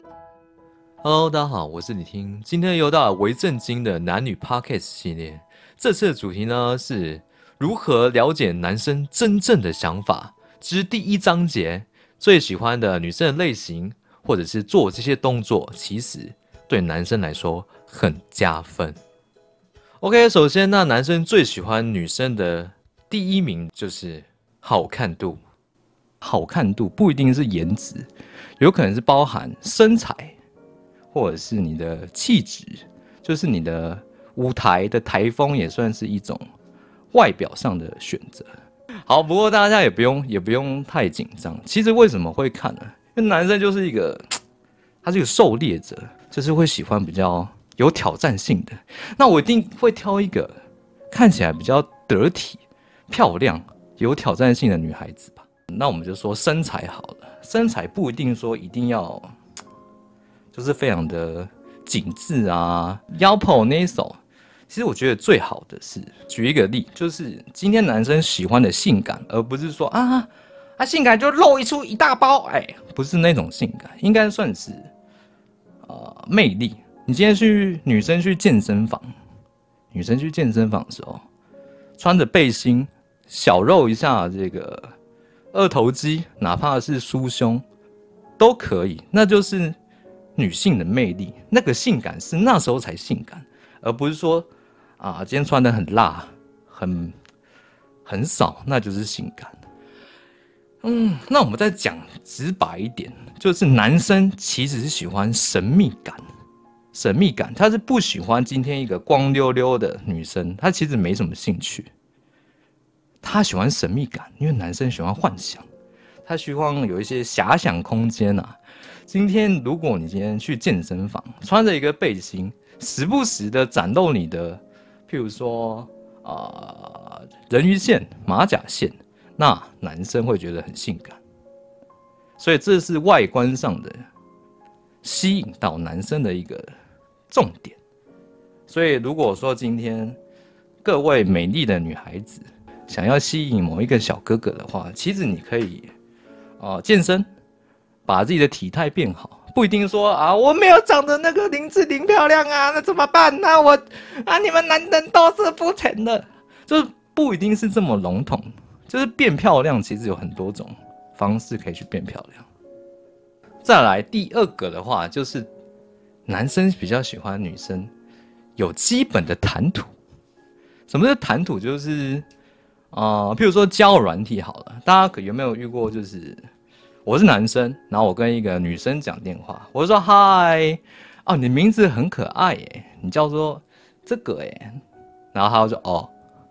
Hello，大家好，我是李听。今天又到了为正经的男女 Podcast 系列。这次的主题呢是如何了解男生真正的想法之第一章节，最喜欢的女生的类型，或者是做这些动作，其实对男生来说很加分。OK， 首先，那男生最喜欢女生的第一名就是好看度。好看度不一定是颜值，有可能是包含身材。或者是你的气质，就是你的舞台的台风，也算是一种外表上的选择。好，不过大家也不用太紧张。其实为什么会看呢？因为男生就是他是一个狩猎者，就是会喜欢比较有挑战性的。那我一定会挑一个看起来比较得体、漂亮、有挑战性的女孩子吧。那我们就说身材好了，身材不一定说一定要。就是非常的紧致啊，腰脯那一手。其实我觉得最好的是，举一个例，就是今天男生喜欢的性感，而不是说性感就露一大包，不是那种性感，应该算是魅力。你今天女生去健身房的时候，穿着背心，小露一下这个二头肌，哪怕是酥胸都可以，那就是女性的魅力，那个性感是那时候才性感，而不是说今天穿得很辣，很少，那就是性感。那我们再讲直白一点，就是男生其实是喜欢神秘感，他是不喜欢今天一个光溜溜的女生，他其实没什么兴趣，他喜欢神秘感，因为男生喜欢幻想，他希望有一些遐想空间啊。今天如果你今天去健身房，穿着一个背心，时不时的展露你的，譬如说人鱼线、马甲线，那男生会觉得很性感。所以这是外观上的吸引到男生的一个重点。所以如果说今天各位美丽的女孩子想要吸引某一个小哥哥的话，其实你可以健身。把自己的体态变好，不一定说我没有长得那个林志玲漂亮啊，那怎么办？那你们男人都是肤浅的，就是不一定是这么笼统，就是变漂亮其实有很多种方式可以去变漂亮。再来第二个的话，就是男生比较喜欢女生有基本的谈吐。什么是谈吐？就是譬如说交友软体好了，大家有没有遇过？就是我是男生，然后我跟一个女生讲电话，我就说嗨，你名字很可爱耶，你叫做这个耶，然后他就说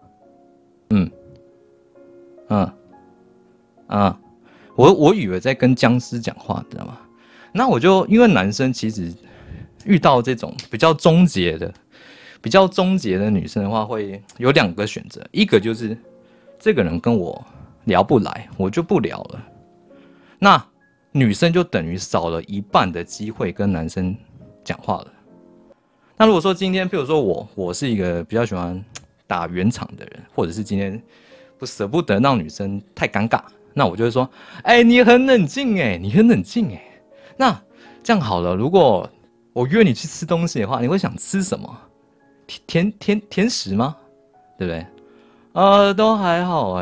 我以为在跟僵尸讲话，知道吗？那我就因为男生其实遇到这种比较终结的女生的话，会有两个选择，一个就是这个人跟我聊不来，我就不聊了。那女生就等于少了一半的机会跟男生讲话了。那如果说今天，譬如说我是一个比较喜欢打圆场的人，或者是今天舍不得让女生太尴尬，那我就会说，你很冷静你很冷静那这样好了，如果我约你去吃东西的话，你会想吃什么？甜食吗？对不对？都还好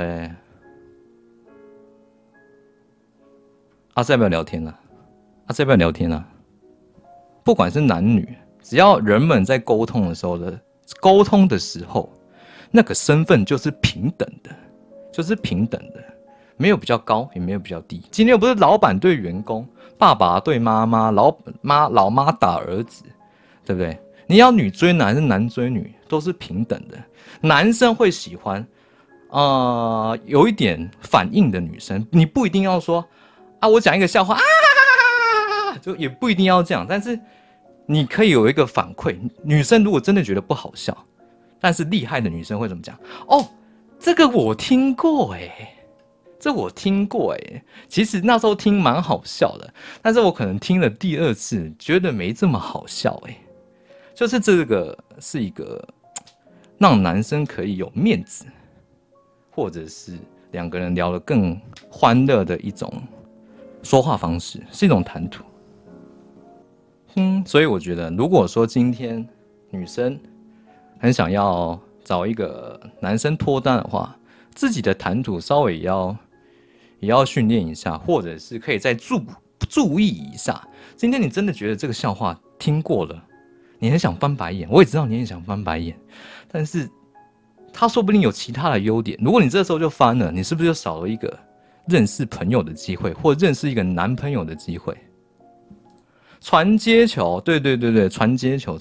这要不要聊天啊？这要不要聊天啊？不管是男女，只要人们在沟通的时候，那个身份就是平等的，没有比较高，也没有比较低。今天又不是老板对员工，爸爸对妈妈，老妈打儿子，对不对？你要女追男还是男追女，都是平等的。男生会喜欢有一点反应的女生，你不一定要说我讲一个笑话就也不一定要这样，但是你可以有一个反馈。女生如果真的觉得不好笑，但是厉害的女生会怎么讲？这个我听过这我听过其实那时候听蛮好笑的，但是我可能听了第二次，觉得没这么好笑就是这个是一个让男生可以有面子，或者是两个人聊得更欢乐的一种说话方式，是一种谈吐。 所以我觉得，如果说今天女生很想要找一个男生脱单的话，自己的谈吐稍微也要训练一下，或者是可以再注意一下。今天你真的觉得这个笑话听过了，你很想翻白眼，我也知道你很想翻白眼，但是他说不定有其他的优点。如果你这时候就翻了，你是不是就少了一个认识朋友的机会，或认识一个男朋友的机会？传接球，对，传接球。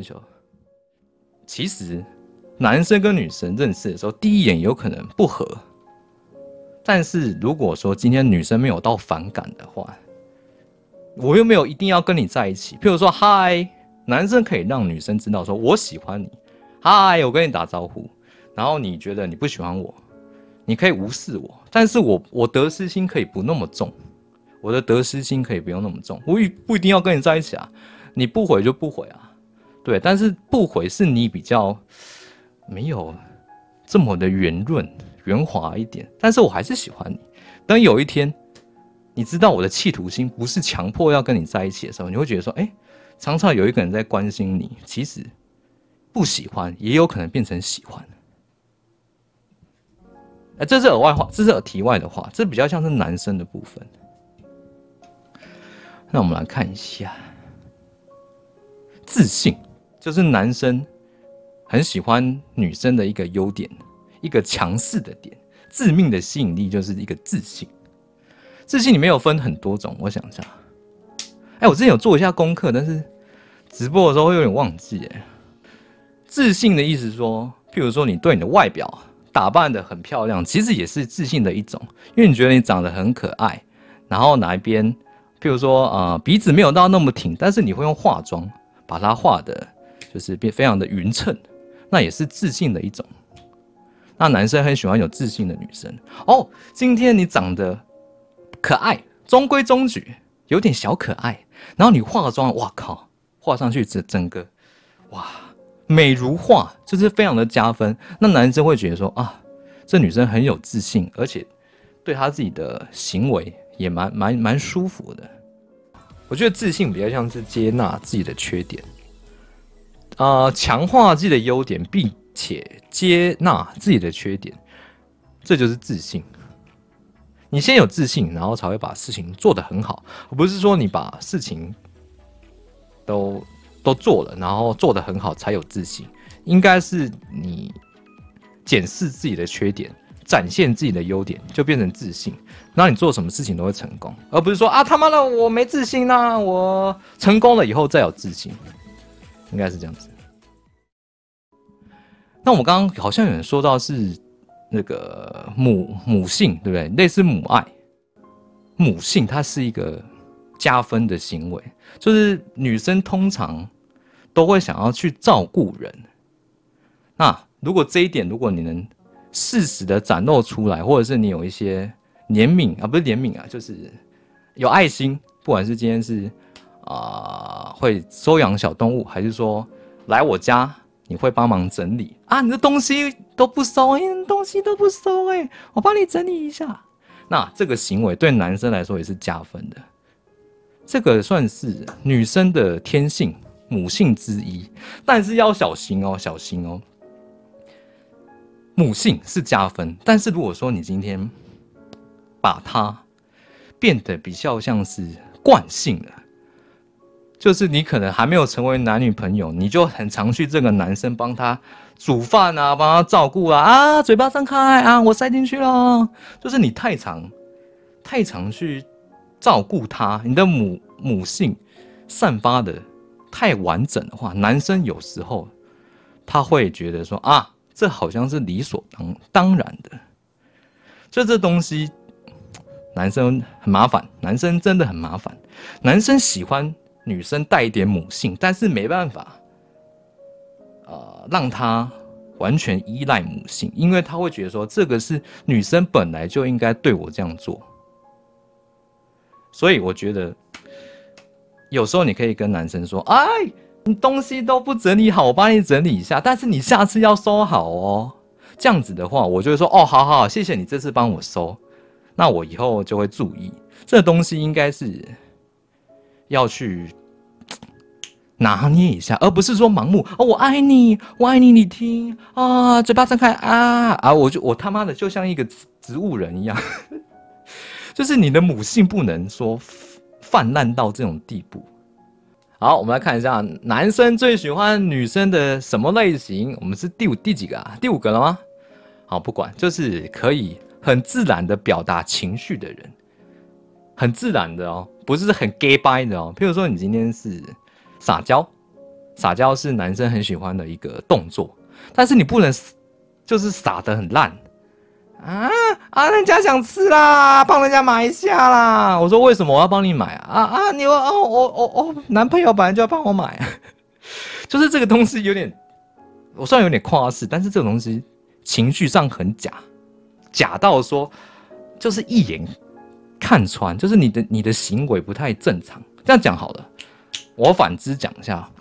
其实男生跟女生认识的时候，第一眼有可能不合，但是如果说今天女生没有到反感的话，我又没有一定要跟你在一起。譬如说，嗨，男生可以让女生知道说我喜欢你，嗨，我跟你打招呼，然后你觉得你不喜欢我，你可以无视我，但是我得失心可以不那么重，我的得失心可以不用那么重，我不一定要跟你在一起啊，你不回就不回啊，对，但是不回是你比较没有这么的圆润圆滑一点，但是我还是喜欢你。当有一天你知道我的企图心不是强迫要跟你在一起的时候，你会觉得说，常常有一个人在关心你，其实不喜欢也有可能变成喜欢。这是额外话，这是题外的话，这比较像是男生的部分。那我们来看一下，自信就是男生很喜欢女生的一个优点，一个强势的点。致命的吸引力就是一个自信。自信里面有分很多种，我想一下。我之前有做一下功课，但是直播的时候会有点忘记。自信的意思说，譬如说你对你的外表打扮得很漂亮，其实也是自信的一种，因为你觉得你长得很可爱，然后哪一边，譬如说鼻子没有到那么挺，但是你会用化妆把它画的，就是变非常的匀称，那也是自信的一种。那男生很喜欢有自信的女生哦。今天你长得可爱，中规中矩，有点小可爱，然后你化妆，哇靠，画上去整个哇美如画，就是非常的加分。那男生会觉得说这女生很有自信，而且对她自己的行为也蛮舒服的。我觉得自信比较像是接纳自己的缺点，强化自己的优点，并且接纳自己的缺点，这就是自信。你先有自信，然后才会把事情做得很好，而不是说你把事情都做了，然后做得很好才有自信。应该是你检视自己的缺点，展现自己的优点，就变成自信。然后你做什么事情都会成功，而不是说他妈的我没自信啊，我成功了以后再有自信，应该是这样子。那我刚刚好像有人说到是那个母性，对不对？类似母爱，母性它是一个加分的行为，就是女生通常都会想要去照顾人。那如果这一点，如果你能适时的展露出来，或者是你有一些怜悯不是怜悯就是有爱心，不管是今天是会收养小动物，还是说来我家你会帮忙整理你的东西都不收，东西都不收我帮你整理一下。那这个行为对男生来说也是加分的，这个算是女生的天性母性之一，但是要小心哦，小心哦。母性是加分，但是如果说你今天把它变得比较像是惯性了，就是你可能还没有成为男女朋友，你就很常去这个男生帮他煮饭帮他照顾嘴巴张开我塞进去了，就是你太常去照顾他，你的母性散发的太完整的话，男生有时候他会觉得说这好像是理所当然的，就这东西男生很麻烦，男生真的很麻烦，男生喜欢女生带一点母性，但是没办法让他完全依赖母性，因为他会觉得说这个是女生本来就应该对我这样做。所以我觉得有时候你可以跟男生说你东西都不整理好，我帮你整理一下，但是你下次要收好哦。这样子的话，我就会说好，谢谢你这次帮我收，那我以后就会注意。这东西应该是要去拿捏一下，而不是说盲目哦，我爱你，我爱你，你听啊，嘴巴张开啊，我他妈的就像一个植物人一样，就是你的母性不能说泛滥到这种地步。好，我们来看一下男生最喜欢女生的什么类型？我们是第几个啊？第5个了吗？好，不管，就是可以很自然的表达情绪的人，很自然的哦，不是很 gay 掰的哦。譬如说，你今天是撒娇，撒娇是男生很喜欢的一个动作，但是你不能就是撒得很烂人家想吃啦，帮人家买一下啦。我说为什么我要帮你买你我男朋友本来就要帮我买，就是这个东西有点，我虽然有点夸饰，但是这种东西情绪上很假到说就是一眼看穿，就是你的行为不太正常。这样讲好了，我反之讲一下。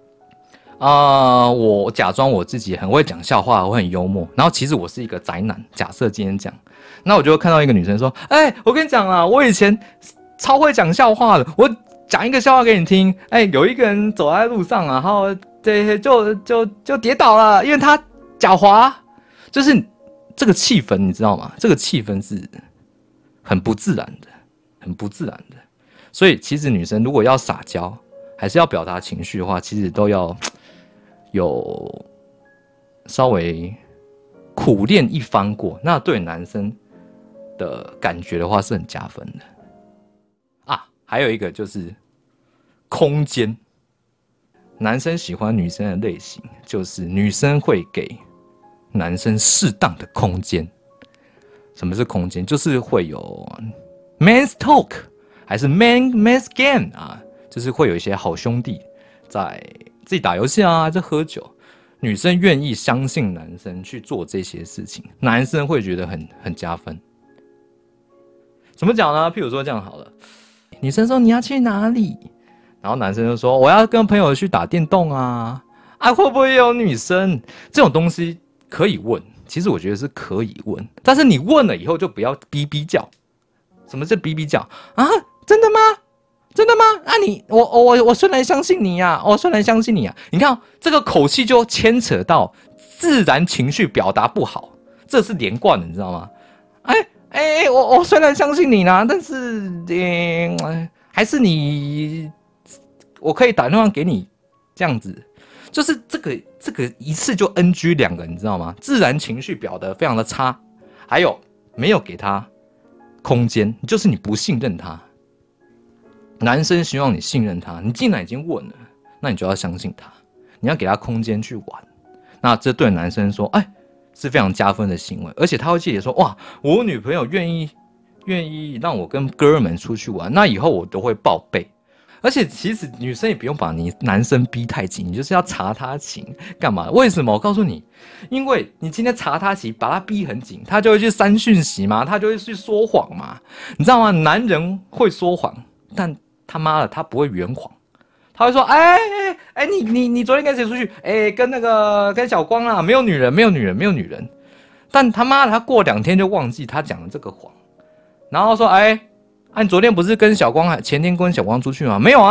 我假装我自己很会讲笑话，我很幽默，然后其实我是一个宅男。假设今天讲，那我就会看到一个女生说：“我跟你讲啊，我以前超会讲笑话的，我讲一个笑话给你听。有一个人走在路上，然后就跌倒了，因为他脚滑。就是这个气氛，你知道吗？这个气氛是很不自然的，很不自然的。所以其实女生如果要撒娇，还是要表达情绪的话，其实都要有稍微苦练一番过，那对男生的感觉的话是很加分的还有一个就是空间，男生喜欢女生的类型就是女生会给男生适当的空间。什么是空间？就是会有 man's talk 还是 man's game 就是会有一些好兄弟在自己打游戏在喝酒，女生愿意相信男生去做这些事情，男生会觉得很加分。怎么讲呢？譬如说这样好了，女生说你要去哪里，然后男生就说我要跟朋友去打电动会不会有女生？这种东西可以问，其实我觉得是可以问，但是你问了以后就不要逼逼叫。什么是逼逼叫真的吗？真的吗？我虽然相信你呀，我虽然相信你呀，你看这个口气就牵扯到自然情绪表达不好，这是连贯的，你知道吗？我虽然相信你啦，但是还是我可以打电话给你，这样子，就是这个一次就 NG 2个，你知道吗？自然情绪表达非常的差，还有没有给他空间，就是你不信任他。男生希望你信任他，你既然已经问了，那你就要相信他，你要给他空间去玩。那这对男生说，是非常加分的行为，而且他会记得说，哇，我女朋友愿意让我跟哥们出去玩，那以后我都会报备。而且其实女生也不用把你男生逼太紧，你就是要查他情干嘛？为什么？我告诉你，因为你今天查他情，把他逼很紧，他就会去删讯息嘛，他就会去说谎嘛，你知道吗？男人会说谎，但他妈的他不会圆谎，他会说，你昨天跟谁出去？跟小光啦，没有女人。但他妈的他过2天就忘记他讲了这个谎，然后说，你昨天不是跟小光前天跟小光出去吗？没有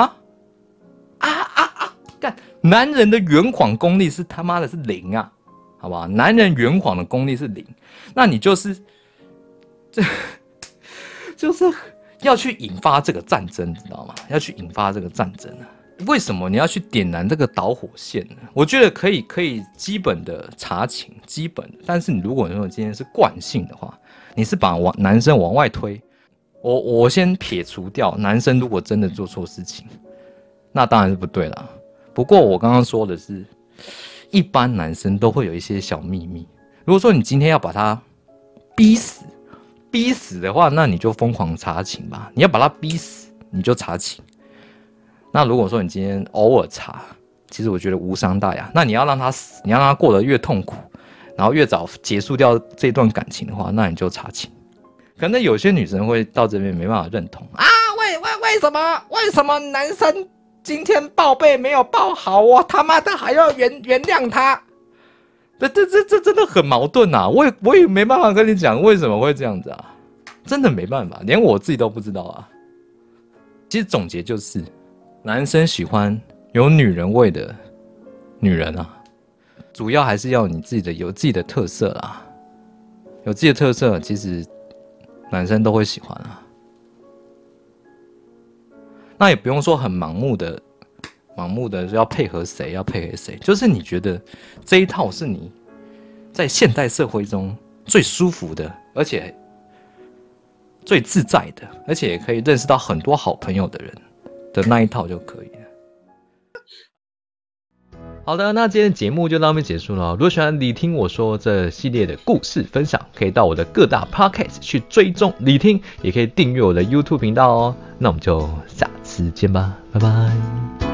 干，男人的圆谎功力是他妈的是0好不好？男人圆谎的功力是0，那你就是要去引发这个战争，知道吗？要去引发这个战争为什么你要去点燃这个导火线呢？我觉得可以基本的查情，基本的，但是你如果说今天是惯性的话，你是把男生往外推。我先撇除掉男生如果真的做错事情，那当然是不对啦。不过我刚刚说的是，一般男生都会有一些小秘密。如果说你今天要把他逼死的话，那你就疯狂查情吧。你要把他逼死，你就查情。那如果说你今天偶尔查，其实我觉得无伤大雅。那你要让他死，你要让他过得越痛苦，然后越早结束掉这段感情的话，那你就查情。可能有些女生会到这边没办法认同为什么男生今天报备没有报好，我他妈的还要原谅他？这真的很矛盾我也没办法跟你讲为什么会这样子真的没办法，连我自己都不知道其实总结就是，男生喜欢有女人味的女人啊，主要还是要你有自己的特色啦。有自己的特色，其实男生都会喜欢啊。那也不用说很盲目的要配合谁，就是你觉得这一套是你在现代社会中最舒服的，而且最自在的，而且也可以认识到很多好朋友的人的那一套就可以了。 好的，那今天的节目就到这边结束了。如果喜欢你听我说这系列的故事分享，可以到我的各大 podcast 去追踪你听，也可以订阅我的 YouTube 频道哦。那我们就下次见吧，拜拜。